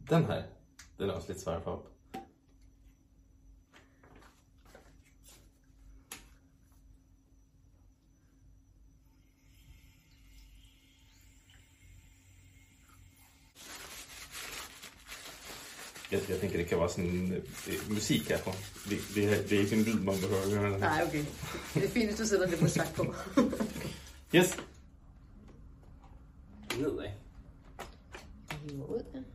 Den här, den är också lite svår att få upp. Jag tänker det kan vara sådan musik här. Det är ikke en lyd, man behøver høre. Nej, okay. Det er fint, hvis du sætter det på sagt på. Yes. Nedad. Hiver ud, ja.